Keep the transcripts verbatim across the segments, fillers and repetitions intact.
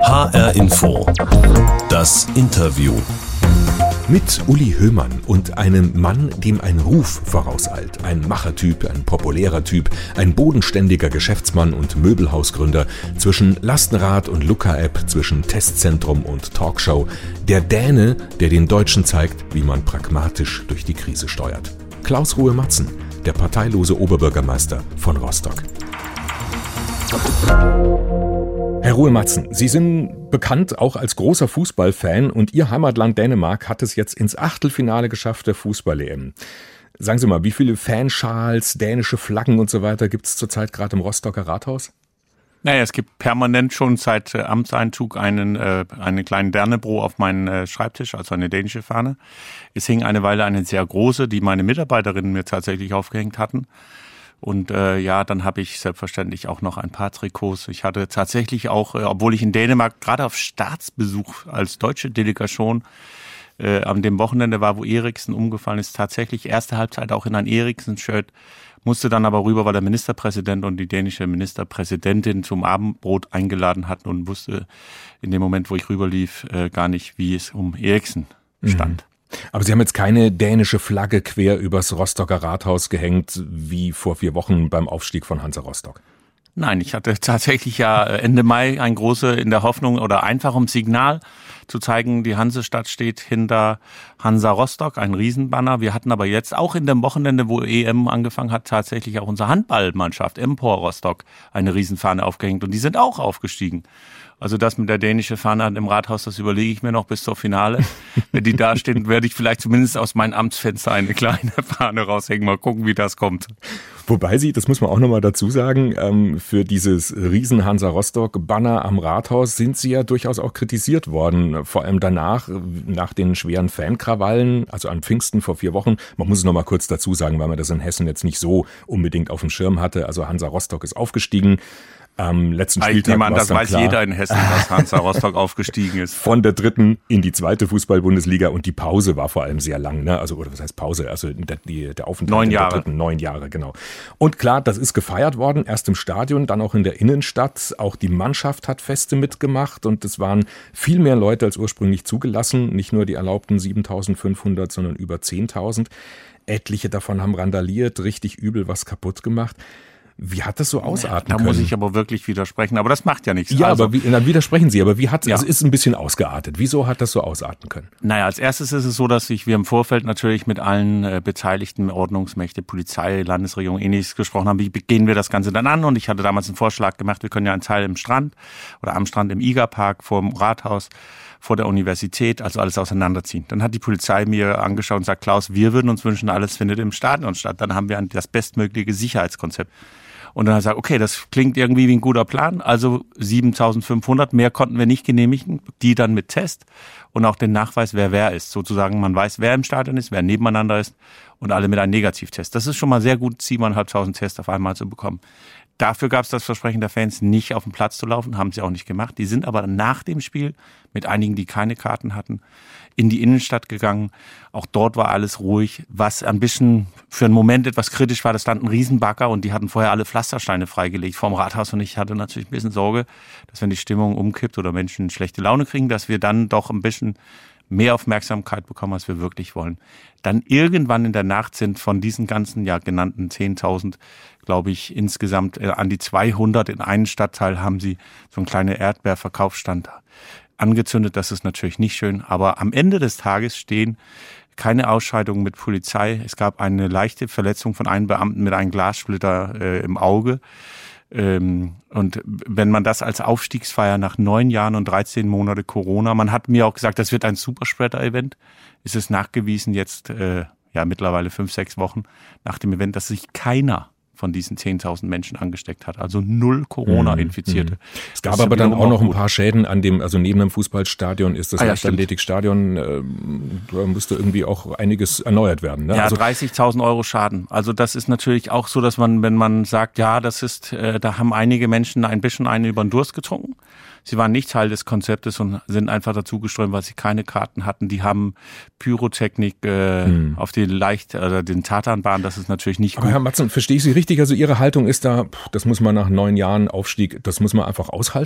H R Info. Das Interview. Mit Uli Hoemann und einem Mann, dem ein Ruf vorauseilt. Ein Machertyp, ein populärer Typ, ein bodenständiger Geschäftsmann und Möbelhausgründer. Zwischen Lastenrad und Looker-App, zwischen Testzentrum und Talkshow. Der Däne, der den Deutschen zeigt, wie man pragmatisch durch die Krise steuert. Klaus Ruhe-Matzen, der parteilose Oberbürgermeister von Rostock. Herr Ruhe-Matzen, Sie sind bekannt auch als großer Fußballfan und Ihr Heimatland Dänemark hat es jetzt ins Achtelfinale geschafft der Fußball-E M. Sagen Sie mal, wie viele Fanschals, dänische Flaggen und so weiter gibt es zurzeit gerade im Rostocker Rathaus? Naja, es gibt permanent schon seit äh, Amtseinzug einen, äh, einen kleinen Dernebro auf meinen äh, Schreibtisch, also eine dänische Fahne. Es hing eine Weile eine sehr große, die meine Mitarbeiterinnen mir tatsächlich aufgehängt hatten. Und äh, ja, dann habe ich selbstverständlich auch noch ein paar Trikots. Ich hatte tatsächlich auch, äh, obwohl ich in Dänemark gerade auf Staatsbesuch als deutsche Delegation äh, an dem Wochenende war, wo Eriksen umgefallen ist, tatsächlich erste Halbzeit auch in ein Eriksen-Shirt, musste dann aber rüber, weil der Ministerpräsident und die dänische Ministerpräsidentin zum Abendbrot eingeladen hatten und wusste in dem Moment, wo ich rüberlief, äh, gar nicht, wie es um Eriksen stand. Mhm. Aber Sie haben jetzt keine dänische Flagge quer übers Rostocker Rathaus gehängt, wie vor vier Wochen beim Aufstieg von Hansa Rostock? Nein, ich hatte tatsächlich ja Ende Mai ein große in der Hoffnung oder einfach um Signal zu zeigen, die Hansestadt steht hinter Hansa Rostock, ein Riesenbanner. Wir hatten aber jetzt auch in dem Wochenende, wo E M angefangen hat, tatsächlich auch unsere Handballmannschaft Empor Rostock eine Riesenfahne aufgehängt und die sind auch aufgestiegen. Also das mit der dänischen Fahne im Rathaus, das überlege ich mir noch bis zur Finale. Wenn die da stehen, werde ich vielleicht zumindest aus meinem Amtsfenster eine kleine Fahne raushängen. Mal gucken, wie das kommt. Wobei Sie, das muss man auch nochmal dazu sagen, für dieses riesen Hansa Rostock-Banner am Rathaus sind Sie ja durchaus auch kritisiert worden. Vor allem danach, nach den schweren Fankrawallen, also an Pfingsten vor vier Wochen. Man muss es nochmal kurz dazu sagen, weil man das in Hessen jetzt nicht so unbedingt auf dem Schirm hatte. Also Hansa Rostock ist aufgestiegen. Am letzten Spieltag ich nehme an, das weiß klar, jeder in Hessen, dass Hansa Rostock aufgestiegen ist. Von der dritten in die zweite Fußball-Bundesliga und die Pause war vor allem sehr lang, ne? Also, oder was heißt Pause? Also der, die, der Aufenthalt neun in der Jahre. dritten, neun Jahre, genau. Und klar, das ist gefeiert worden, erst im Stadion, dann auch in der Innenstadt. Auch die Mannschaft hat Feste mitgemacht und es waren viel mehr Leute als ursprünglich zugelassen. Nicht nur die erlaubten siebentausendfünfhundert, sondern über zehntausend. Etliche davon haben randaliert, richtig übel was kaputt gemacht. Wie hat das so ausarten da können? Da muss ich aber wirklich widersprechen, aber das macht ja nichts. Ja, also, aber wie, dann widersprechen Sie, aber wie hat es, ja. also ist ein bisschen ausgeartet. Wieso hat das so ausarten können? Naja, als erstes ist es so, dass ich, wir im Vorfeld natürlich mit allen äh, beteiligten Ordnungsmächte, Polizei, Landesregierung, ähnliches gesprochen haben, wie gehen wir das Ganze dann an? Und ich hatte damals einen Vorschlag gemacht, wir können ja einen Teil im Strand oder am Strand im Igerpark vor dem Rathaus, vor der Universität, also alles auseinanderziehen. Dann hat die Polizei mir angeschaut und sagt, Klaus, wir würden uns wünschen, alles findet im Stadion statt. Dann haben wir das bestmögliche Sicherheitskonzept. Und dann hat er gesagt, okay, das klingt irgendwie wie ein guter Plan. Also siebentausendfünfhundert, mehr konnten wir nicht genehmigen. Die dann mit Test und auch den Nachweis, wer wer ist. Sozusagen, man weiß, wer im Stadion ist, wer nebeneinander ist und alle mit einem Negativtest. Das ist schon mal sehr gut, siebentausendfünfhundert Tests auf einmal zu bekommen. Dafür gab es das Versprechen der Fans, nicht auf den Platz zu laufen, haben sie auch nicht gemacht. Die sind aber nach dem Spiel, mit einigen, die keine Karten hatten, in die Innenstadt gegangen. Auch dort war alles ruhig. Was ein bisschen für einen Moment etwas kritisch war, da stand ein Riesenbagger und die hatten vorher alle Pflastersteine freigelegt vom Rathaus. Und ich hatte natürlich ein bisschen Sorge, dass wenn die Stimmung umkippt oder Menschen schlechte Laune kriegen, dass wir dann doch ein bisschen mehr Aufmerksamkeit bekommen, als wir wirklich wollen. Dann irgendwann in der Nacht sind von diesen ganzen ja genannten zehntausend, glaube ich, insgesamt äh, an die zweihundert in einen Stadtteil haben sie so einen kleinen Erdbeerverkaufsstand angezündet. Das ist natürlich nicht schön, aber am Ende des Tages stehen keine Ausscheidungen mit Polizei. Es gab eine leichte Verletzung von einem Beamten mit einem Glassplitter äh, im Auge. Ähm, und wenn man das als Aufstiegsfeier nach neun Jahren und dreizehn Monate Corona, man hat mir auch gesagt, das wird ein Superspreader-Event, ist es nachgewiesen jetzt, äh, ja mittlerweile fünf, sechs Wochen nach dem Event, dass sich keiner von diesen zehntausend Menschen angesteckt hat. Also null Corona-Infizierte. Mhm. Es gab aber dann auch noch ein paar Schäden an dem, also neben dem Fußballstadion ist das ah, ja, Leichtathletikstadion, äh, da musste irgendwie auch einiges erneuert werden. Ne? Ja, also dreißigtausend Euro Schaden. Also das ist natürlich auch so, dass man, wenn man sagt, ja, das ist, äh, da haben einige Menschen ein bisschen einen über den Durst getrunken. Sie waren nicht Teil des Konzeptes und sind einfach dazugeströmt, weil sie keine Karten hatten. Die haben Pyrotechnik äh, hm. auf die leicht, oder den Tatanbahn, das ist natürlich nicht gut. Aber Herr Matzen, verstehe ich Sie richtig? Also Ihre Haltung ist da, das muss man nach neun Jahren Aufstieg, das muss man einfach aushalten?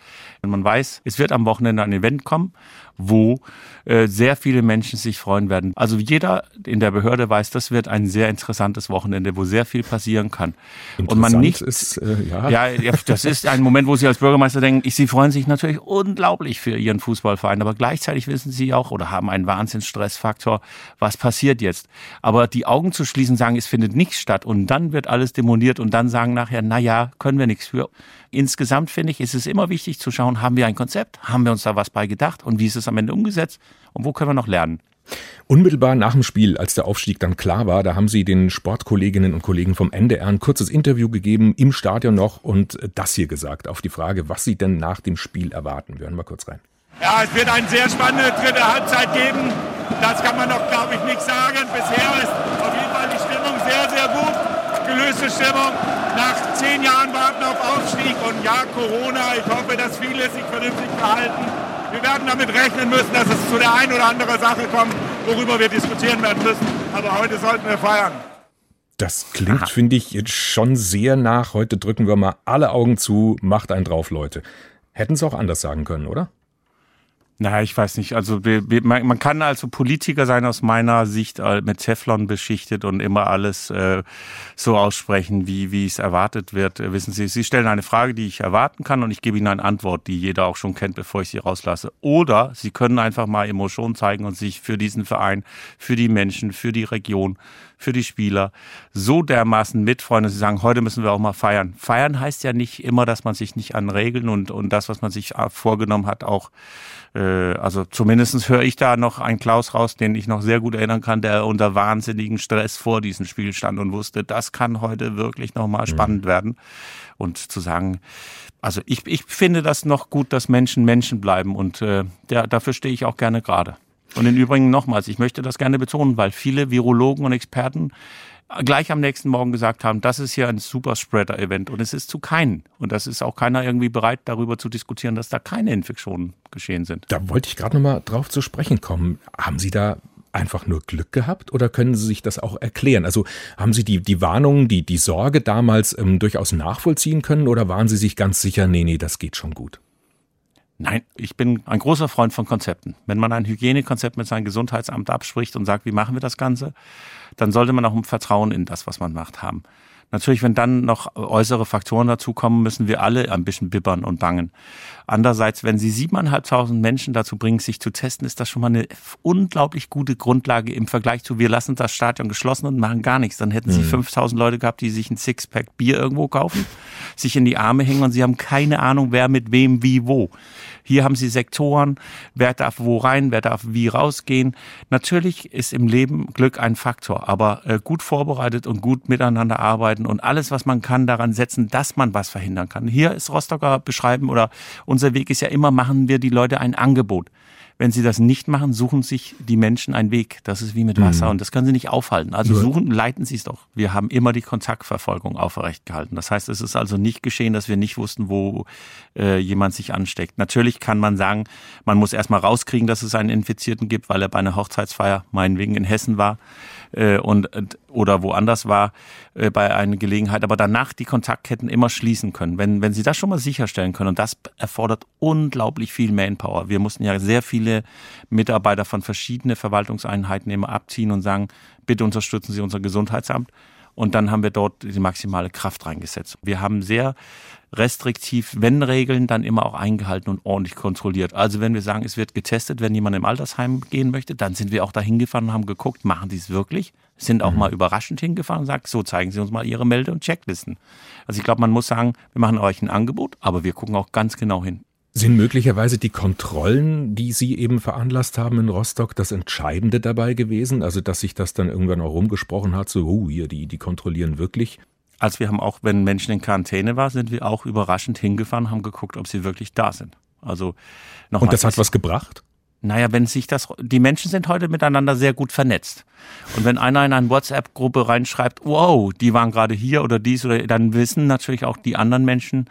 Und man weiß, es wird am Wochenende ein Event kommen, wo äh, sehr viele Menschen sich freuen werden. Also jeder in der Behörde weiß, das wird ein sehr interessantes Wochenende, wo sehr viel passieren kann. Und man nicht ist, äh, ja. ja, ja, das ist ein Moment, wo Sie als Bürgermeister denken, Sie freuen sich natürlich unglaublich für Ihren Fußballverein, aber gleichzeitig wissen Sie auch oder haben einen Wahnsinnsstressfaktor, was passiert jetzt. Aber die Augen zu schließen, sagen, es findet nichts statt und dann wird alles demoliert und dann sagen nachher, na ja, können wir nichts für. Insgesamt finde ich, ist es immer wichtig zu schauen, haben wir ein Konzept, haben wir uns da was bei gedacht und wie ist es am Ende umgesetzt und wo können wir noch lernen? Unmittelbar nach dem Spiel, als der Aufstieg dann klar war, da haben Sie den Sportkolleginnen und Kollegen vom N D R ein kurzes Interview gegeben, im Stadion noch, und das hier gesagt auf die Frage, was Sie denn nach dem Spiel erwarten. Wir hören mal kurz rein. Ja, es wird eine sehr spannende dritte Halbzeit geben. Das kann man noch, glaube ich, nicht sagen. Bisher ist auf jeden Fall die Stimmung sehr, sehr gut. Gelöste Stimmung. Nach zehn Jahren warten auf Aufstieg und ja, Corona. Ich hoffe, dass viele sich vernünftig verhalten. Wir werden damit rechnen müssen, dass es zu der einen oder anderen Sache kommt, worüber wir diskutieren werden müssen. Aber heute sollten wir feiern. Das klingt, finde ich, jetzt schon sehr nach. Heute drücken wir mal alle Augen zu, macht einen drauf, Leute. Hätten es auch anders sagen können, oder? Na, ich weiß nicht. Also wir, wir, man kann also Politiker sein aus meiner Sicht mit Teflon beschichtet und immer alles äh, so aussprechen, wie wie es erwartet wird. Wissen Sie, Sie stellen eine Frage, die ich erwarten kann und ich gebe Ihnen eine Antwort, die jeder auch schon kennt, bevor ich sie rauslasse. Oder Sie können einfach mal Emotionen zeigen und sich für diesen Verein, für die Menschen, für die Region, für die Spieler so dermaßen mitfreuen, dass Sie sagen, heute müssen wir auch mal feiern. Feiern heißt ja nicht immer, dass man sich nicht an Regeln und und das, was man sich vorgenommen hat, auch also zumindest höre ich da noch einen Klaus raus, den ich noch sehr gut erinnern kann, der unter wahnsinnigen Stress vor diesem Spiel stand und wusste, das kann heute wirklich nochmal spannend mhm. werden. Und zu sagen, also ich, ich finde das noch gut, dass Menschen Menschen bleiben und äh, der, dafür stehe ich auch gerne gerade. Und im Übrigen nochmals, ich möchte das gerne betonen, weil viele Virologen und Experten gleich am nächsten Morgen gesagt haben, das ist hier ein Superspreader-Event und es ist zu keinen. Und das ist auch keiner irgendwie bereit, darüber zu diskutieren, dass da keine Infektionen geschehen sind. Da wollte ich gerade nochmal drauf zu sprechen kommen. Haben Sie da einfach nur Glück gehabt oder können Sie sich das auch erklären? Also haben Sie die, die Warnung, die, die Sorge damals ähm, durchaus nachvollziehen können oder waren Sie sich ganz sicher, nee, nee, das geht schon gut? Nein, ich bin ein großer Freund von Konzepten. Wenn man ein Hygienekonzept mit seinem Gesundheitsamt abspricht und sagt, wie machen wir das Ganze, dann sollte man auch ein Vertrauen in das, was man macht, haben. Natürlich, wenn dann noch äußere Faktoren dazukommen, müssen wir alle ein bisschen bibbern und bangen. Andererseits, wenn Sie siebeneinhalbtausend Menschen dazu bringen, sich zu testen, ist das schon mal eine unglaublich gute Grundlage im Vergleich zu, wir lassen das Stadion geschlossen und machen gar nichts. Dann hätten Sie mhm. fünftausend Leute gehabt, die sich ein Sixpack Bier irgendwo kaufen, sich in die Arme hängen und Sie haben keine Ahnung, wer mit wem, wie, wo. Hier haben Sie Sektoren, wer darf wo rein, wer darf wie rausgehen. Natürlich ist im Leben Glück ein Faktor, aber äh, gut vorbereitet und gut miteinander arbeiten und alles, was man kann, daran setzen, dass man was verhindern kann. Hier ist Rostocker beschreiben oder unser Weg ist ja immer, machen wir die Leute ein Angebot. Wenn sie das nicht machen, suchen sich die Menschen einen Weg. Das ist wie mit Wasser mhm. und das können sie nicht aufhalten. Also suchen, leiten sie es doch. Wir haben immer die Kontaktverfolgung aufrecht gehalten. Das heißt, es ist also nicht geschehen, dass wir nicht wussten, wo äh, jemand sich ansteckt. Natürlich kann man sagen, man muss erstmal rauskriegen, dass es einen Infizierten gibt, weil er bei einer Hochzeitsfeier, meinetwegen in Hessen war äh, und oder woanders war äh, bei einer Gelegenheit. Aber danach die Kontaktketten immer schließen können. Wenn, wenn sie das schon mal sicherstellen können, und das erfordert unglaublich viel Manpower. Wir mussten ja sehr viele Mitarbeiter von verschiedenen Verwaltungseinheiten immer abziehen und sagen, bitte unterstützen Sie unser Gesundheitsamt. Und dann haben wir dort die maximale Kraft reingesetzt. Wir haben sehr restriktiv, wenn Regeln, dann immer auch eingehalten und ordentlich kontrolliert. Also wenn wir sagen, es wird getestet, wenn jemand im Altersheim gehen möchte, dann sind wir auch da hingefahren und haben geguckt, machen die es wirklich? Sind auch mhm. mal überraschend hingefahren und sagen, so zeigen Sie uns mal Ihre Melde- und Checklisten. Also ich glaube, man muss sagen, wir machen euch ein Angebot, aber wir gucken auch ganz genau hin. Sind möglicherweise die Kontrollen, die Sie eben veranlasst haben in Rostock, das Entscheidende dabei gewesen? Also, dass sich das dann irgendwann auch rumgesprochen hat, so, oh, hier, die, die kontrollieren wirklich? Also wir haben auch, wenn Menschen in Quarantäne waren, sind wir auch überraschend hingefahren, haben geguckt, ob sie wirklich da sind. Also noch Und das hat was gebracht? Naja, wenn sich das, die Menschen sind heute miteinander sehr gut vernetzt. Und wenn einer in eine WhatsApp-Gruppe reinschreibt, wow, die waren gerade hier oder dies oder, dann wissen natürlich auch die anderen Menschen,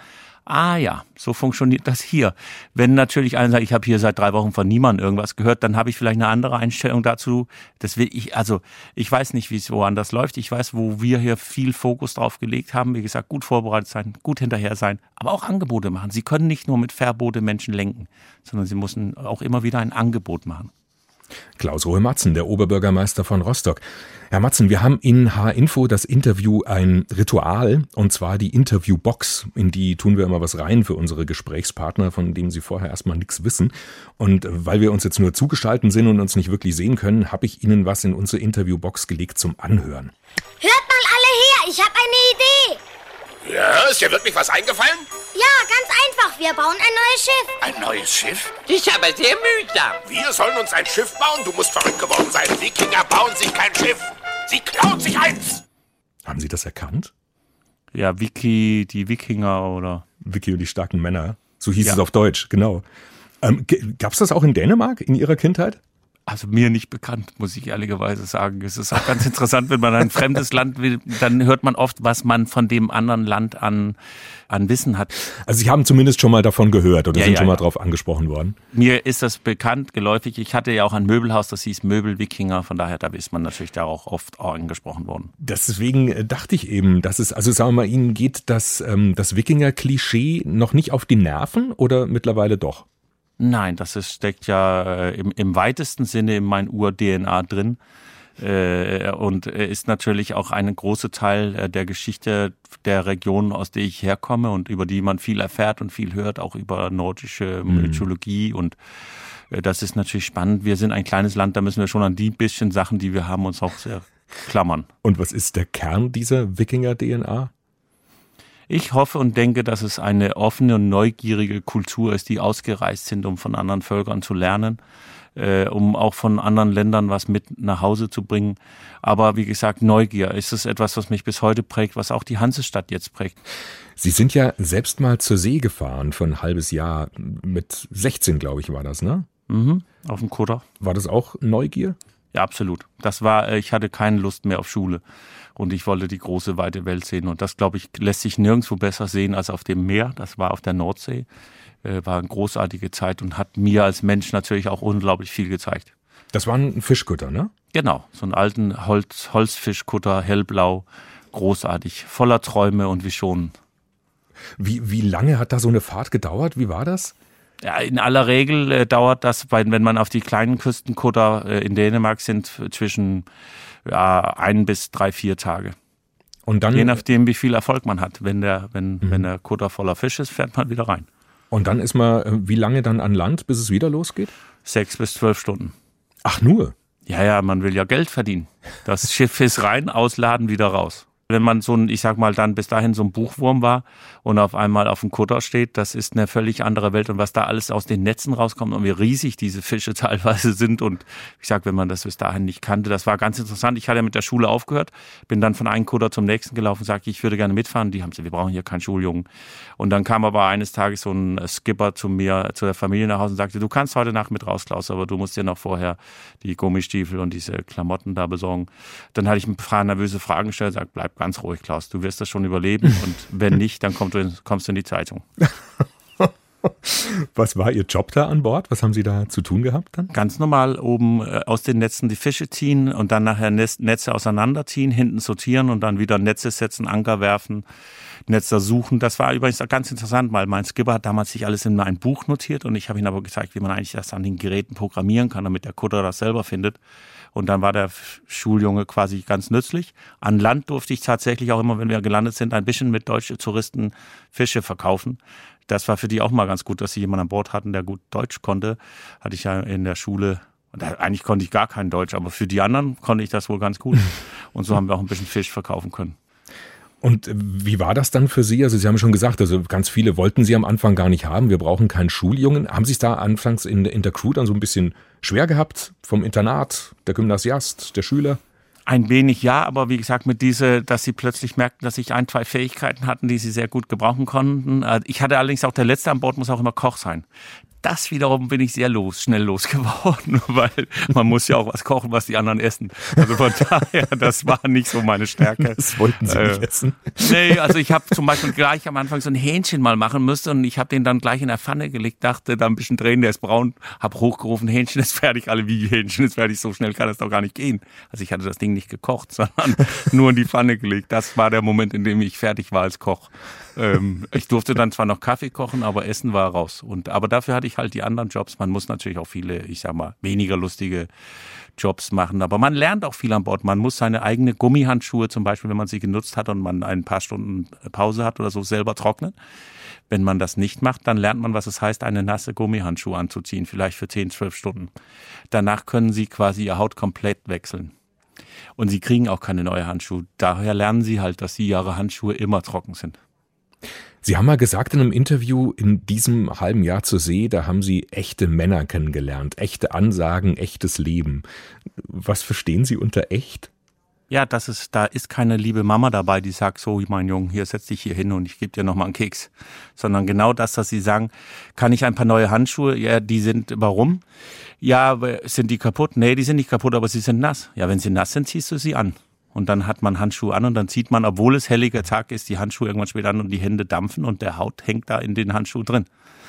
Ah ja, so funktioniert das hier. Wenn natürlich einer sagt, ich habe hier seit drei Wochen von niemandem irgendwas gehört, dann habe ich vielleicht eine andere Einstellung dazu. Das will ich, also ich weiß nicht, wie es woanders läuft. Ich weiß, wo wir hier viel Fokus drauf gelegt haben. Wie gesagt, gut vorbereitet sein, gut hinterher sein, aber auch Angebote machen. Sie können nicht nur mit Verbote Menschen lenken, sondern sie müssen auch immer wieder ein Angebot machen. Klaus-Rohe Matzen, der Oberbürgermeister von Rostock. Herr Matzen, wir haben in H-Info das Interview ein Ritual, und zwar die Interviewbox. In die tun wir immer was rein für unsere Gesprächspartner, von denen sie vorher erstmal nichts wissen. Und weil wir uns jetzt nur zugeschaltet sind und uns nicht wirklich sehen können, habe ich Ihnen was in unsere Interviewbox gelegt zum Anhören. Hört mal alle her, ich habe eine Idee. Ja, ist dir wirklich was eingefallen? Ja, ganz einfach. Wir bauen ein neues Schiff. Ein neues Schiff? Das ist aber sehr mühsam. Wir sollen uns ein Schiff bauen? Du musst verrückt geworden sein. Wikinger bauen sich kein Schiff. Sie klauen sich eins. Haben Sie das erkannt? Ja, Wiki, die Wikinger oder... Wiki und die starken Männer. So hieß Ja. es auf Deutsch, genau. Ähm, Gab es das auch in Dänemark in Ihrer Kindheit? Also mir nicht bekannt, muss ich ehrlicherweise sagen. Es ist auch ganz interessant, wenn man ein fremdes Land will, dann hört man oft, was man von dem anderen Land an, an Wissen hat. Also Sie haben zumindest schon mal davon gehört oder Ja, sind ja, schon mal ja. drauf angesprochen worden? Mir ist das bekannt, geläufig. Ich hatte ja auch ein Möbelhaus, das hieß Möbel-Wikinger. Von daher, da ist man natürlich da auch oft angesprochen worden. Deswegen äh, dachte ich eben, dass es, also sagen wir mal, Ihnen geht das, ähm, das Wikinger-Klischee noch nicht auf die Nerven oder mittlerweile doch? Nein, das ist, steckt ja äh, im, im weitesten Sinne in mein Ur-D N A drin äh, und ist natürlich auch ein großer Teil äh, der Geschichte der Region, aus der ich herkomme und über die man viel erfährt und viel hört, auch über nordische Mhm. Mythologie, und äh, das ist natürlich spannend. Wir sind ein kleines Land, da müssen wir schon an die bisschen Sachen, die wir haben, uns auch sehr klammern. Und was ist der Kern dieser Wikinger-D N A? Ich hoffe und denke, dass es eine offene und neugierige Kultur ist, die ausgereist sind, um von anderen Völkern zu lernen, äh, um auch von anderen Ländern was mit nach Hause zu bringen. Aber wie gesagt, Neugier ist es etwas, was mich bis heute prägt, was auch die Hansestadt jetzt prägt. Sie sind ja selbst mal zur See gefahren für ein halbes Jahr. Mit sechzehn, glaube ich, war das, ne? Mhm, auf dem Kutter. War das auch Neugier? Ja, absolut. Das war, äh, ich hatte keine Lust mehr auf Schule. Und ich wollte die große, weite Welt sehen. Und das, glaube ich, lässt sich nirgendwo besser sehen als auf dem Meer. Das war auf der Nordsee. Äh, war eine großartige Zeit und hat mir als Mensch natürlich auch unglaublich viel gezeigt. Das war ein Fischkutter, ne? Genau, so einen alten Holz, Holzfischkutter, hellblau, großartig, voller Träume und Visionen. Wie, wie lange hat da so eine Fahrt gedauert? Wie war das? Ja, in aller Regel äh, dauert das, weil, wenn man auf die kleinen Küstenkutter äh, in Dänemark sind, zwischen ja, ein bis drei, vier Tage. Und dann, Je nachdem, wie viel Erfolg man hat. Wenn der, wenn, Mhm. wenn der Kutter voller Fisch ist, fährt man wieder rein. und dann ist man, äh, wie lange dann an Land, bis es wieder losgeht? Sechs bis zwölf Stunden. Ach, nur? Ja, ja, man will ja Geld verdienen. Das Schiff ist rein, ausladen, wieder raus. Wenn man so ein, ich sag mal, dann bis dahin so ein Buchwurm war und auf einmal auf dem Kutter steht, das ist eine völlig andere Welt. Und was da alles aus den Netzen rauskommt und wie riesig diese Fische teilweise sind. Und ich sag, wenn man das bis dahin nicht kannte, das war ganz interessant. Ich hatte mit der Schule aufgehört, bin dann von einem Kutter zum nächsten gelaufen und sagte, ich würde gerne mitfahren. Die haben gesagt, wir brauchen hier keinen Schuljungen. Und dann kam aber eines Tages so ein Skipper zu mir, zu der Familie nach Hause und sagte, du kannst heute Nacht mit raus, Klaus, aber du musst dir noch vorher die Gummistiefel und diese Klamotten da besorgen. Dann hatte ich ein paar nervöse Fragen gestellt und gesagt, bleib ganz ruhig, Klaus, du wirst das schon überleben und wenn nicht, dann kommst du in, kommst du in die Zeitung. Was war Ihr Job da an Bord? Was haben Sie da zu tun gehabt dann? Ganz normal oben äh, aus den Netzen die Fische ziehen und dann nachher Netz, Netze auseinanderziehen, hinten sortieren und dann wieder Netze setzen, Anker werfen, Netze suchen. Das war übrigens ganz interessant, weil mein Skipper hat damals sich alles in ein Buch notiert und ich habe ihm aber gezeigt, wie man eigentlich das an den Geräten programmieren kann, damit der Kutter das selber findet. Und dann war der Schuljunge quasi ganz nützlich. An Land durfte ich tatsächlich auch immer, wenn wir gelandet sind, ein bisschen mit deutschen Touristen Fische verkaufen. Das war für die auch mal ganz gut, dass sie jemanden an Bord hatten, der gut Deutsch konnte. Hatte ich ja in der Schule, eigentlich konnte ich gar kein Deutsch, aber für die anderen konnte ich das wohl ganz gut. Und so haben wir auch ein bisschen Fisch verkaufen können. Und wie war das dann für Sie? Also Sie haben schon gesagt, also ganz viele wollten Sie am Anfang gar nicht haben. Wir brauchen keinen Schuljungen. Haben Sie es da anfangs in, in der Crew dann so ein bisschen schwer gehabt? Vom Internat, der Gymnasiast, der Schüler? Ein wenig ja, aber wie gesagt, mit diese, dass sie plötzlich merkten, dass ich ein, zwei Fähigkeiten hatten, die sie sehr gut gebrauchen konnten. Ich hatte allerdings auch, der Letzte an Bord muss auch immer Koch sein. das wiederum bin ich sehr los, schnell losgeworden, weil man muss ja auch was kochen, was die anderen essen. Also von daher, das war nicht so meine Stärke. Das wollten Sie äh, nicht essen? Nee, also ich habe zum Beispiel gleich am Anfang so ein Hähnchen mal machen müssen und ich habe den dann gleich in der Pfanne gelegt, dachte, da ein bisschen drehen, der ist braun, habe hochgerufen, Hähnchen ist fertig, alle wie Hähnchen ist fertig, so schnell kann das doch gar nicht gehen. Also ich hatte das Ding nicht gekocht, sondern nur in die Pfanne gelegt. Das war der Moment, in dem ich fertig war als Koch. Ähm, ich durfte dann zwar noch Kaffee kochen, aber Essen war raus. Und, aber dafür hatte ich halt die anderen Jobs. Man muss natürlich auch viele, ich sag mal, weniger lustige Jobs machen. Aber man lernt auch viel an Bord. Man muss seine eigene Gummihandschuhe zum Beispiel, wenn man sie genutzt hat und man ein paar Stunden Pause hat oder so, selber trocknen. Wenn man das nicht macht, dann lernt man, was es heißt, eine nasse Gummihandschuhe anzuziehen, vielleicht für zehn, zwölf Stunden. Danach können sie quasi ihre Haut komplett wechseln. Und sie kriegen auch keine neue Handschuhe. Daher lernen sie halt, dass sie ihre Handschuhe immer trocken sind. Sie haben mal gesagt in einem Interview, in diesem halben Jahr zur See, da haben Sie echte Männer kennengelernt, echte Ansagen, echtes Leben. Was verstehen Sie unter echt? Ja, das ist, da ist keine liebe Mama dabei, die sagt, so, mein Junge, hier setz dich hier hin und ich gebe dir nochmal einen Keks. Sondern genau das, dass sie sagen, kann ich ein paar neue Handschuhe? Ja, die sind, warum? Ja, sind die kaputt? Nee, die sind nicht kaputt, aber sie sind nass. Ja, wenn sie nass sind, ziehst du sie an. Und dann hat man Handschuhe an und dann zieht man, obwohl es helliger Tag ist, die Handschuhe irgendwann später an und die Hände dampfen und der Haut hängt da in den Handschuh drin.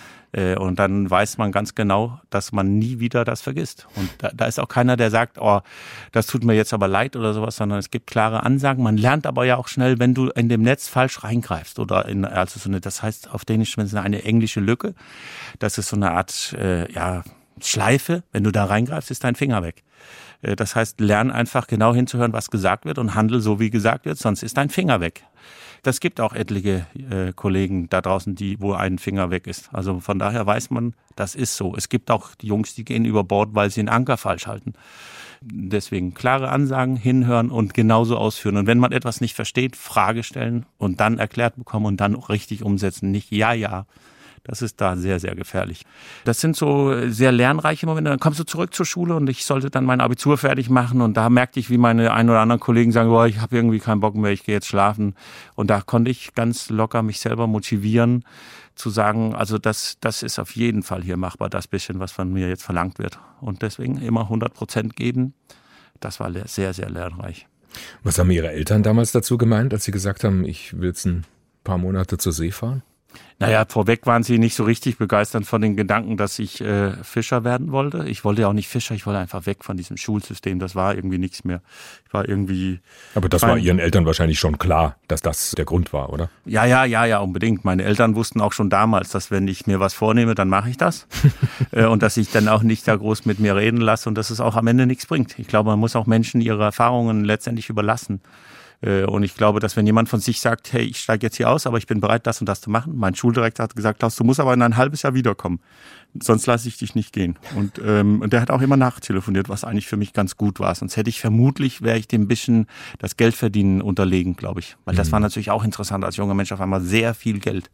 Und dann weiß man ganz genau, dass man nie wieder das vergisst. Und da, da ist auch keiner, der sagt, oh, das tut mir jetzt aber leid oder sowas, sondern es gibt klare Ansagen. Man lernt aber ja auch schnell, wenn du in dem Netz falsch reingreifst oder in, also so eine, das heißt auf Dänisch eine englische Lücke. Das ist so eine Art, äh, ja, Schleife. Wenn du da reingreifst, ist dein Finger weg. Das heißt, lern einfach genau hinzuhören, was gesagt wird und handel so, wie gesagt wird, sonst ist dein Finger weg. Das gibt auch etliche äh, Kollegen da draußen, die, wo ein Finger weg ist. Also von daher weiß man, das ist so. Es gibt auch die Jungs, die gehen über Bord, weil sie den Anker falsch halten. Deswegen klare Ansagen, hinhören und genauso ausführen. Und wenn man etwas nicht versteht, Frage stellen und dann erklärt bekommen und dann richtig umsetzen. Nicht ja, ja. Das ist da sehr, sehr gefährlich. Das sind so sehr lernreiche Momente. Dann kommst du zurück zur Schule und ich sollte dann mein Abitur fertig machen. Und da merkte ich, wie meine ein oder anderen Kollegen sagen, boah, ich habe irgendwie keinen Bock mehr, ich gehe jetzt schlafen. Und da konnte ich ganz locker mich selber motivieren, zu sagen, also das, das ist auf jeden Fall hier machbar, das bisschen, was von mir jetzt verlangt wird. Und deswegen immer hundert Prozent geben. Das war sehr, sehr lernreich. Was haben Ihre Eltern damals dazu gemeint, als Sie gesagt haben, ich will jetzt ein paar Monate zur See fahren? Naja, vorweg waren sie nicht so richtig begeistert von den Gedanken, dass ich äh, Fischer werden wollte. Ich wollte ja auch nicht Fischer, ich wollte einfach weg von diesem Schulsystem. Das war irgendwie nichts mehr. Ich war irgendwie... Aber das war Ihren Eltern wahrscheinlich schon klar, dass das der Grund war, oder? Ja, ja, ja, ja, unbedingt. Meine Eltern wussten auch schon damals, dass wenn ich mir was vornehme, dann mache ich das. äh, und dass ich dann auch nicht da groß mit mir reden lasse und dass es auch am Ende nichts bringt. Ich glaube, man muss auch Menschen ihre Erfahrungen letztendlich überlassen. Und ich glaube, dass wenn jemand von sich sagt, hey, ich steige jetzt hier aus, aber ich bin bereit, das und das zu machen. Mein Schuldirektor hat gesagt, Klaus, du musst aber in ein halbes Jahr wiederkommen. Sonst lasse ich dich nicht gehen. Und, ähm, und der hat auch immer nachtelefoniert, was eigentlich für mich ganz gut war. Sonst hätte ich vermutlich, wäre ich dem ein bisschen das Geldverdienen unterlegen, glaube ich. Weil das war natürlich auch interessant, als junger Mensch auf einmal sehr viel Geld.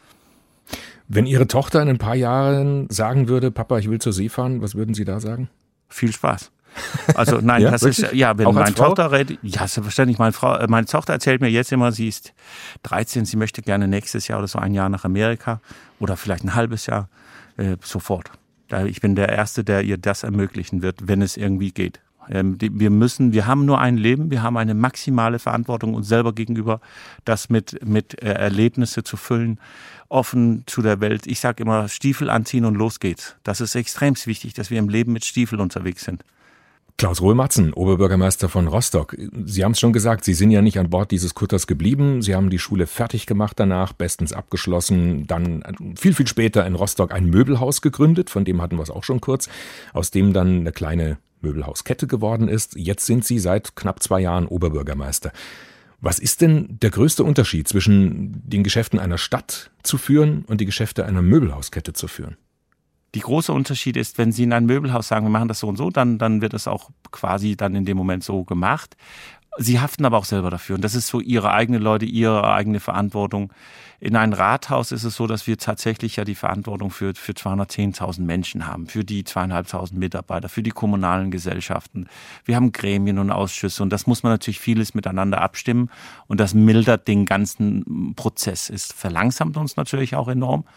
Wenn Ihre Tochter in ein paar Jahren sagen würde, Papa, ich will zur See fahren, was würden Sie da sagen? Viel Spaß. Also nein, ja, das wirklich? ist, ja, wenn auch meine Tochter redet, ja, selbstverständlich, meine Frau, meine Tochter erzählt mir jetzt immer, sie ist dreizehn, sie möchte gerne nächstes Jahr oder so ein Jahr nach Amerika oder vielleicht ein halbes Jahr, äh, sofort. Ich bin der Erste, der ihr das ermöglichen wird, wenn es irgendwie geht. Ähm, die, wir müssen, wir haben nur ein Leben, wir haben eine maximale Verantwortung uns selber gegenüber, das mit, mit äh, Erlebnisse zu füllen, offen zu der Welt. Ich sage immer, Stiefel anziehen und los geht's. Das ist extrem wichtig, dass wir im Leben mit Stiefel unterwegs sind. Klaus Rohlmatzen, Oberbürgermeister von Rostock. Sie haben es schon gesagt, Sie sind ja nicht an Bord dieses Kutters geblieben. Sie haben die Schule fertig gemacht danach, bestens abgeschlossen. Dann viel, viel später in Rostock ein Möbelhaus gegründet, von dem hatten wir es auch schon kurz, aus dem dann eine kleine Möbelhauskette geworden ist. Jetzt sind Sie seit knapp zwei Jahren Oberbürgermeister. Was ist denn der größte Unterschied zwischen den Geschäften einer Stadt zu führen und die Geschäfte einer Möbelhauskette zu führen? Die große Unterschied ist, wenn Sie in ein Möbelhaus sagen, wir machen das so und so, dann, dann wird das auch quasi dann in dem Moment so gemacht. Sie haften aber auch selber dafür. Und das ist so Ihre eigene Leute, Ihre eigene Verantwortung. In einem Rathaus ist es so, dass wir tatsächlich ja die Verantwortung für, für zweihundertzehntausend Menschen haben, für die zweieinhalbtausend Mitarbeiter, für die kommunalen Gesellschaften. Wir haben Gremien und Ausschüsse und das muss man natürlich vieles miteinander abstimmen. Und das mildert den ganzen Prozess. Es verlangsamt uns natürlich auch enorm.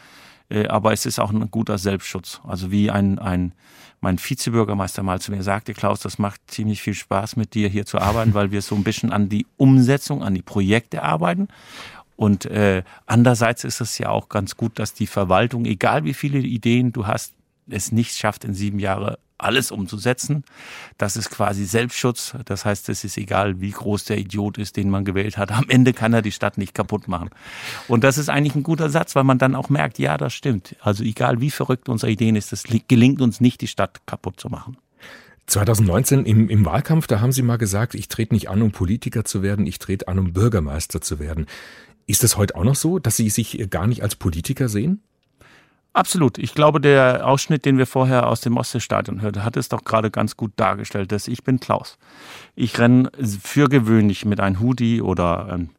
Äh, aber es ist auch ein guter Selbstschutz. Also wie ein, ein mein Vizebürgermeister mal zu mir sagte, Klaus, das macht ziemlich viel Spaß mit dir hier zu arbeiten, weil wir so ein bisschen an die Umsetzung, an die Projekte arbeiten. Und äh, andererseits ist es ja auch ganz gut, dass die Verwaltung, egal wie viele Ideen du hast, es nicht schafft, in sieben Jahren alles umzusetzen. Das ist quasi Selbstschutz. Das heißt, es ist egal, wie groß der Idiot ist, den man gewählt hat. Am Ende kann er die Stadt nicht kaputt machen. Und das ist eigentlich ein guter Satz, weil man dann auch merkt, ja, das stimmt. Also egal, wie verrückt unsere Ideen ist, es gelingt uns nicht, die Stadt kaputt zu machen. zwanzig neunzehn im, im Wahlkampf, da haben Sie mal gesagt, ich trete nicht an, um Politiker zu werden, ich trete an, um Bürgermeister zu werden. Ist es heute auch noch so, dass Sie sich gar nicht als Politiker sehen? Absolut. Ich glaube, der Ausschnitt, den wir vorher aus dem Ostseestadion hörten, hat es doch gerade ganz gut dargestellt, dass ich bin Klaus. Ich renne für gewöhnlich mit einem Hoodie oder ein,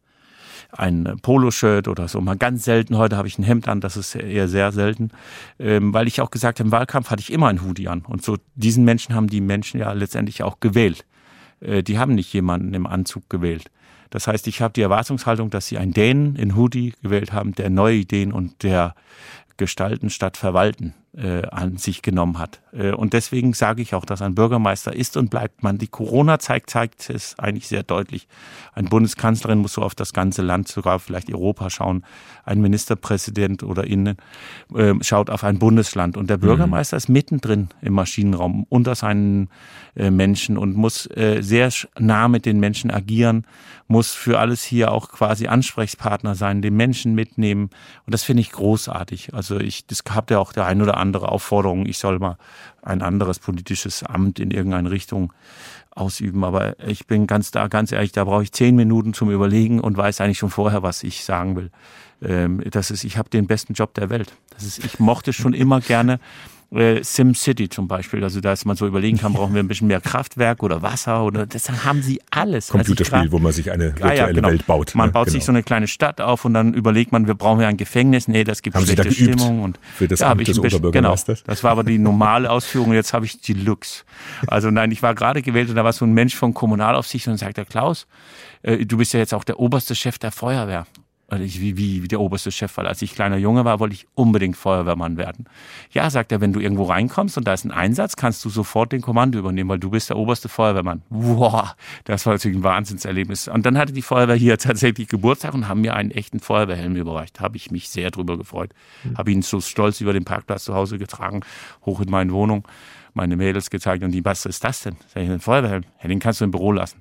ein Poloshirt oder so. Mal ganz selten. Heute habe ich ein Hemd an, das ist eher sehr selten. Ähm, weil ich auch gesagt habe, im Wahlkampf hatte ich immer ein Hoodie an. Und so diesen Menschen haben die Menschen ja letztendlich auch gewählt. Äh, die haben nicht jemanden im Anzug gewählt. Das heißt, ich habe die Erwartungshaltung, dass sie einen Dänen in Hoodie gewählt haben, der neue Ideen und der Gestalten statt Verwalten äh, an sich genommen hat. Äh, und deswegen sage ich auch, dass ein Bürgermeister ist und bleibt man. Die Corona-Zeit zeigt es eigentlich sehr deutlich. Eine Bundeskanzlerin muss so auf das ganze Land, sogar vielleicht Europa schauen. Ein Ministerpräsident oder innen äh, schaut auf ein Bundesland. Und der Bürgermeister mhm. ist mittendrin im Maschinenraum unter seinen äh, Menschen und muss äh, sehr nah mit den Menschen agieren, muss für alles hier auch quasi Ansprechpartner sein, den Menschen mitnehmen. Und das finde ich großartig. Also ich, das habt ja auch der ein oder andere Aufforderung, ich soll mal ein anderes politisches Amt in irgendeine Richtung ausüben. Aber ich bin ganz da, ganz ehrlich, da brauche ich zehn Minuten zum Überlegen und weiß eigentlich schon vorher, was ich sagen will. Ähm, das ist, ich habe den besten Job der Welt. Das ist, ich mochte schon immer gerne äh, SimCity zum Beispiel. Also da man so überlegen kann, brauchen wir ein bisschen mehr Kraftwerk oder Wasser oder das haben sie alles. Computerspiel, grad, wo man sich eine virtuelle ah, ja, genau. Welt baut. Man ne? baut genau. sich so eine kleine Stadt auf und dann überlegt man, wir brauchen ja ein Gefängnis. Nee, das gibt haben schlechte Sie da geübt Stimmung. Und für das ja, Amt des Oberbürgermeisters? Genau, das war aber die normale Ausführung. Jetzt habe ich die Lux. Also nein, ich war gerade gewählt und da war so ein Mensch von Kommunalaufsicht und sagt, der Klaus, äh, du bist ja jetzt auch der oberste Chef der Feuerwehr. Also ich, wie, wie, wie der oberste Chef, weil als ich kleiner Junge war, wollte ich unbedingt Feuerwehrmann werden. Ja, sagt er, wenn du irgendwo reinkommst und da ist ein Einsatz, kannst du sofort den Kommando übernehmen, weil du bist der oberste Feuerwehrmann. Wow, das war natürlich ein Wahnsinnserlebnis. Und dann hatte die Feuerwehr hier tatsächlich Geburtstag und haben mir einen echten Feuerwehrhelm überreicht. Habe ich mich sehr drüber gefreut. Mhm. Habe ihn so stolz über den Parkplatz zu Hause getragen, hoch in meine Wohnung, meine Mädels gezeigt und die, was ist das denn? Sag ich, ein Feuerwehrhelm. Ja, den kannst du im Büro lassen.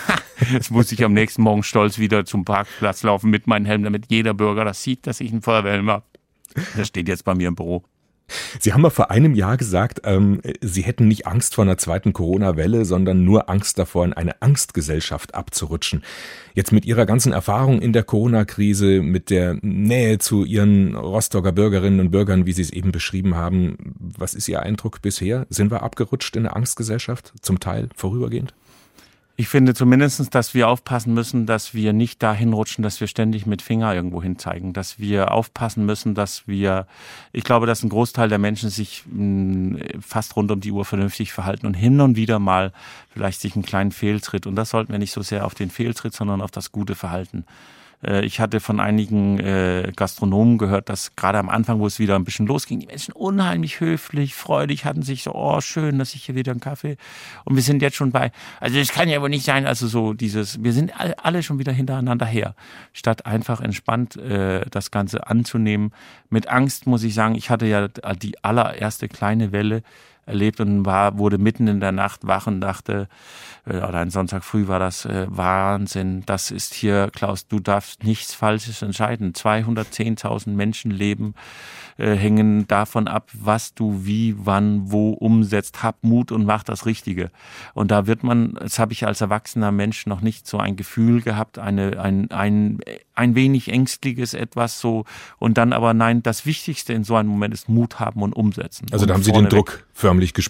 Jetzt muss ich am nächsten Morgen stolz wieder zum Parkplatz laufen mit meinem Helm, damit jeder Bürger das sieht, dass ich einen Feuerwehrhelm habe. Das steht jetzt bei mir im Büro. Sie haben mal vor einem Jahr gesagt, ähm, Sie hätten nicht Angst vor einer zweiten Corona-Welle, sondern nur Angst davor, in eine Angstgesellschaft abzurutschen. Jetzt mit Ihrer ganzen Erfahrung in der Corona-Krise, mit der Nähe zu Ihren Rostocker Bürgerinnen und Bürgern, wie Sie es eben beschrieben haben, was ist Ihr Eindruck bisher? Sind wir abgerutscht in eine Angstgesellschaft, zum Teil vorübergehend? Ich finde zumindest, dass wir aufpassen müssen, dass wir nicht dahin rutschen, dass wir ständig mit Finger irgendwo hin zeigen, dass wir aufpassen müssen, dass wir, ich glaube, dass ein Großteil der Menschen sich mh, fast rund um die Uhr vernünftig verhalten und hin und wieder mal vielleicht sich einen kleinen Fehltritt, und das sollten wir nicht so sehr auf den Fehltritt, sondern auf das gute Verhalten. Ich hatte von einigen äh, Gastronomen gehört, dass gerade am Anfang, wo es wieder ein bisschen losging, die Menschen unheimlich höflich, freudig hatten sich so, oh schön, dass ich hier wieder einen Kaffee. Und wir sind jetzt schon bei, also das kann ja wohl nicht sein, also so dieses, wir sind alle, alle schon wieder hintereinander her, statt einfach entspannt äh, das Ganze anzunehmen. Mit Angst muss ich sagen, ich hatte ja die allererste kleine Welle erlebt und war, wurde mitten in der Nacht wach und dachte, äh, oder ein Sonntag früh war das äh, Wahnsinn, das ist hier, Klaus, du darfst nichts Falsches entscheiden. zweihundertzehntausend Menschenleben äh, hängen davon ab, was du wie, wann, wo umsetzt. Hab Mut und mach das Richtige. Und da wird man, das habe ich als erwachsener Mensch noch nicht so ein Gefühl gehabt, eine, ein, ein, ein wenig ängstliches etwas so, und dann aber nein, das Wichtigste in so einem Moment ist Mut haben und umsetzen. Also und da haben Sie den Druck förmlich gespürt.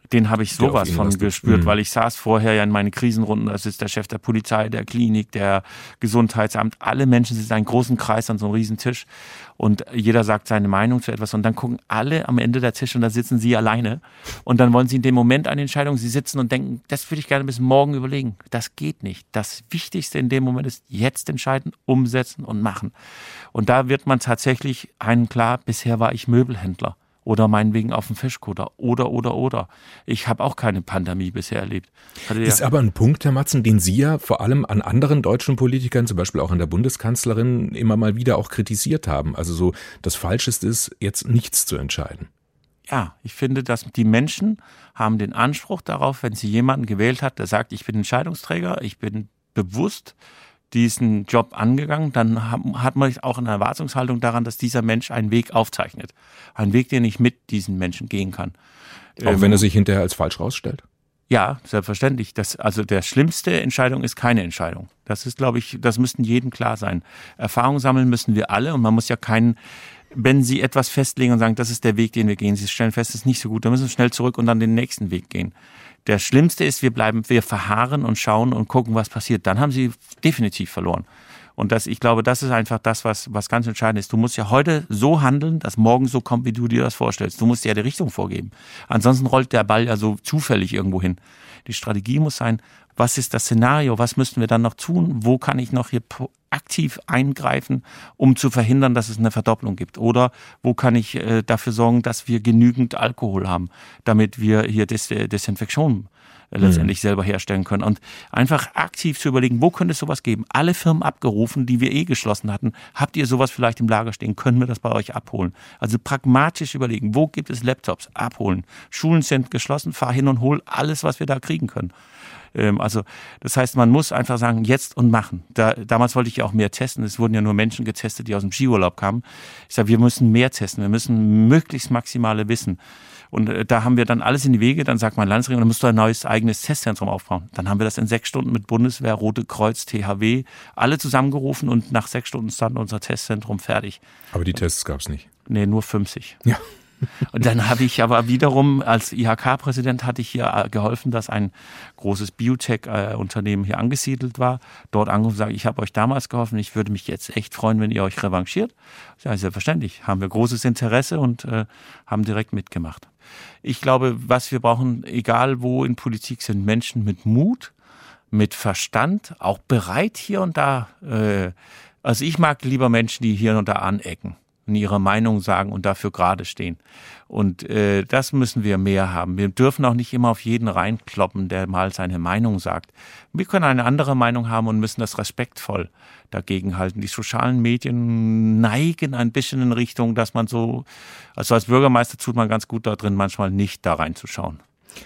Den habe ich sowas von gespürt, mhm. weil ich saß vorher ja in meinen Krisenrunden, das ist der Chef der Polizei, der Klinik, der Gesundheitsamt, alle Menschen sitzen in einem großen Kreis an so einem riesen Tisch und jeder sagt seine Meinung zu etwas und dann gucken alle am Ende der Tisch und da sitzen sie alleine und dann wollen sie in dem Moment eine Entscheidung, sie sitzen und denken, das würde ich gerne bis morgen überlegen. Das geht nicht. Das Wichtigste in dem Moment ist jetzt entscheiden, umsetzen und machen. Und da wird man tatsächlich einen klar, bisher war ich Möbelhändler. Oder meinetwegen auf dem Fischkutter. Oder, oder, oder. Ich habe auch keine Pandemie bisher erlebt. Das ist aber ein Punkt, Herr Matzen, den Sie ja vor allem an anderen deutschen Politikern, zum Beispiel auch an der Bundeskanzlerin, immer mal wieder auch kritisiert haben. Also so, das Falscheste ist, jetzt nichts zu entscheiden. Ja, ich finde, dass die Menschen haben den Anspruch darauf, wenn sie jemanden gewählt hat, der sagt, ich bin Entscheidungsträger, ich bin bewusst diesen Job angegangen, dann hat man auch eine Erwartungshaltung daran, dass dieser Mensch einen Weg aufzeichnet. Einen Weg, den ich mit diesen Menschen gehen kann. Auch ähm, wenn er sich hinterher als falsch rausstellt? Ja, selbstverständlich. Das, also der schlimmste Entscheidung ist keine Entscheidung. Das ist, glaube ich, das müssten jedem klar sein. Erfahrung sammeln müssen wir alle und man muss ja keinen, wenn Sie etwas festlegen und sagen, das ist der Weg, den wir gehen, Sie stellen fest, das ist nicht so gut, dann müssen wir schnell zurück und dann den nächsten Weg gehen. Der Schlimmste ist, wir bleiben, wir verharren und schauen und gucken, was passiert. Dann haben Sie definitiv verloren. Und das, ich glaube, das ist einfach das, was, was ganz entscheidend ist. Du musst ja heute so handeln, dass morgen so kommt, wie du dir das vorstellst. Du musst ja die Richtung vorgeben. Ansonsten rollt der Ball ja so zufällig irgendwo hin. Die Strategie muss sein, was ist das Szenario? Was müssen wir dann noch tun? Wo kann ich noch hier aktiv eingreifen, um zu verhindern, dass es eine Verdopplung gibt? Oder wo kann ich äh, dafür sorgen, dass wir genügend Alkohol haben, damit wir hier Des- Desinfektion äh, letztendlich mhm. selber herstellen können? Und einfach aktiv zu überlegen, wo könnte es sowas geben? Alle Firmen abgerufen, die wir eh geschlossen hatten. Habt ihr sowas vielleicht im Lager stehen? Können wir das bei euch abholen? Also pragmatisch überlegen, wo gibt es Laptops? Abholen. Schulen sind geschlossen, fahr hin und hol alles, was wir da kriegen können. Also das heißt, man muss einfach sagen, jetzt und machen. Da, damals wollte ich ja auch mehr testen. Es wurden ja nur Menschen getestet, die aus dem Skiurlaub kamen. Ich sage, wir müssen mehr testen. Wir müssen möglichst maximale Wissen. Und äh, da haben wir dann alles in die Wege. Dann sagt mein Landesregierung, dann musst du ein neues eigenes Testzentrum aufbauen. Dann haben wir das in sechs Stunden mit Bundeswehr, Rote Kreuz, T H W, alle zusammengerufen und nach sechs Stunden stand unser Testzentrum fertig. Aber die Tests gab es nicht. Nee, nur fünfzig. Ja. Und dann habe ich aber wiederum als I H K-Präsident hatte ich hier geholfen, dass ein großes Biotech-Unternehmen hier angesiedelt war. Dort angerufen und gesagt, ich habe euch damals geholfen, ich würde mich jetzt echt freuen, wenn ihr euch revanchiert. Ja, selbstverständlich, haben wir großes Interesse und äh, haben direkt mitgemacht. Ich glaube, was wir brauchen, egal wo in Politik, sind Menschen mit Mut, mit Verstand, auch bereit hier und da. Äh, also ich mag lieber Menschen, die hier und da anecken, ihre Meinung sagen und dafür gerade stehen. Und äh, das müssen wir mehr haben. Wir dürfen auch nicht immer auf jeden reinkloppen, der mal seine Meinung sagt. Wir können eine andere Meinung haben und müssen das respektvoll dagegen halten. Die sozialen Medien neigen ein bisschen in Richtung, dass man so, also als Bürgermeister tut man ganz gut da drin, manchmal nicht da reinzuschauen.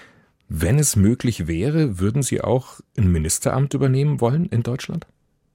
Wenn es möglich wäre, würden Sie auch ein Ministeramt übernehmen wollen in Deutschland?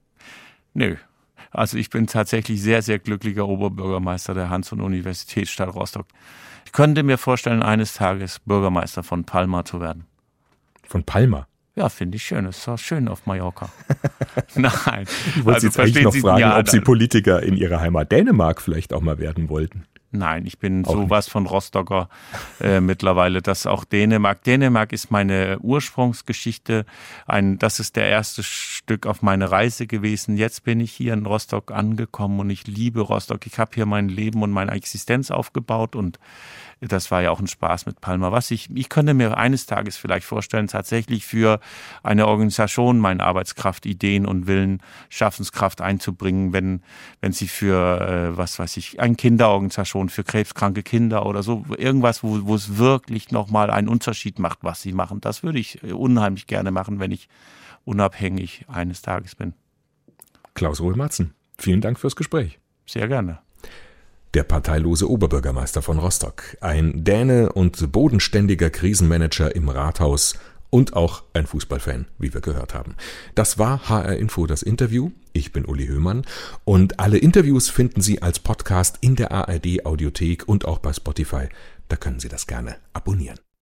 Nö. Also ich bin tatsächlich sehr, sehr glücklicher Oberbürgermeister der Hans-und-Universitätsstadt Rostock. Ich könnte mir vorstellen, eines Tages Bürgermeister von Palma zu werden. Von Palma? Ja, finde ich schön. Es ist auch schön auf Mallorca. Nein. Ich wollte also, Sie jetzt eigentlich noch Sie, fragen, ja, ob Sie Politiker in Ihrer Heimat Dänemark vielleicht auch mal werden wollten. Nein, ich bin auch sowas nicht. Von Rostocker äh, mittlerweile, dass auch Dänemark, Dänemark ist meine Ursprungsgeschichte, ein, das ist der erste Stück auf meine Reise gewesen. Jetzt bin ich hier in Rostock angekommen und ich liebe Rostock. Ich habe hier mein Leben und meine Existenz aufgebaut und das war ja auch ein Spaß mit Palma. Was ich, ich könnte mir eines Tages vielleicht vorstellen, tatsächlich für eine Organisation meine Arbeitskraft, Ideen und Willen, Schaffenskraft einzubringen, wenn, wenn sie für, äh, was weiß ich, eine Kinderorganisation für krebskranke Kinder oder so, irgendwas, wo, wo es wirklich nochmal einen Unterschied macht, was sie machen. Das würde ich unheimlich gerne machen, wenn ich unabhängig eines Tages bin. Klaus-Ruhe Matzen, vielen Dank fürs Gespräch. Sehr gerne. Der parteilose Oberbürgermeister von Rostock, ein Däne und bodenständiger Krisenmanager im Rathaus und auch ein Fußballfan, wie wir gehört haben. Das war H R Info, das Interview. Ich bin Uli Höhmann und alle Interviews finden Sie als Podcast in der A R D Audiothek und auch bei Spotify. Da können Sie das gerne abonnieren.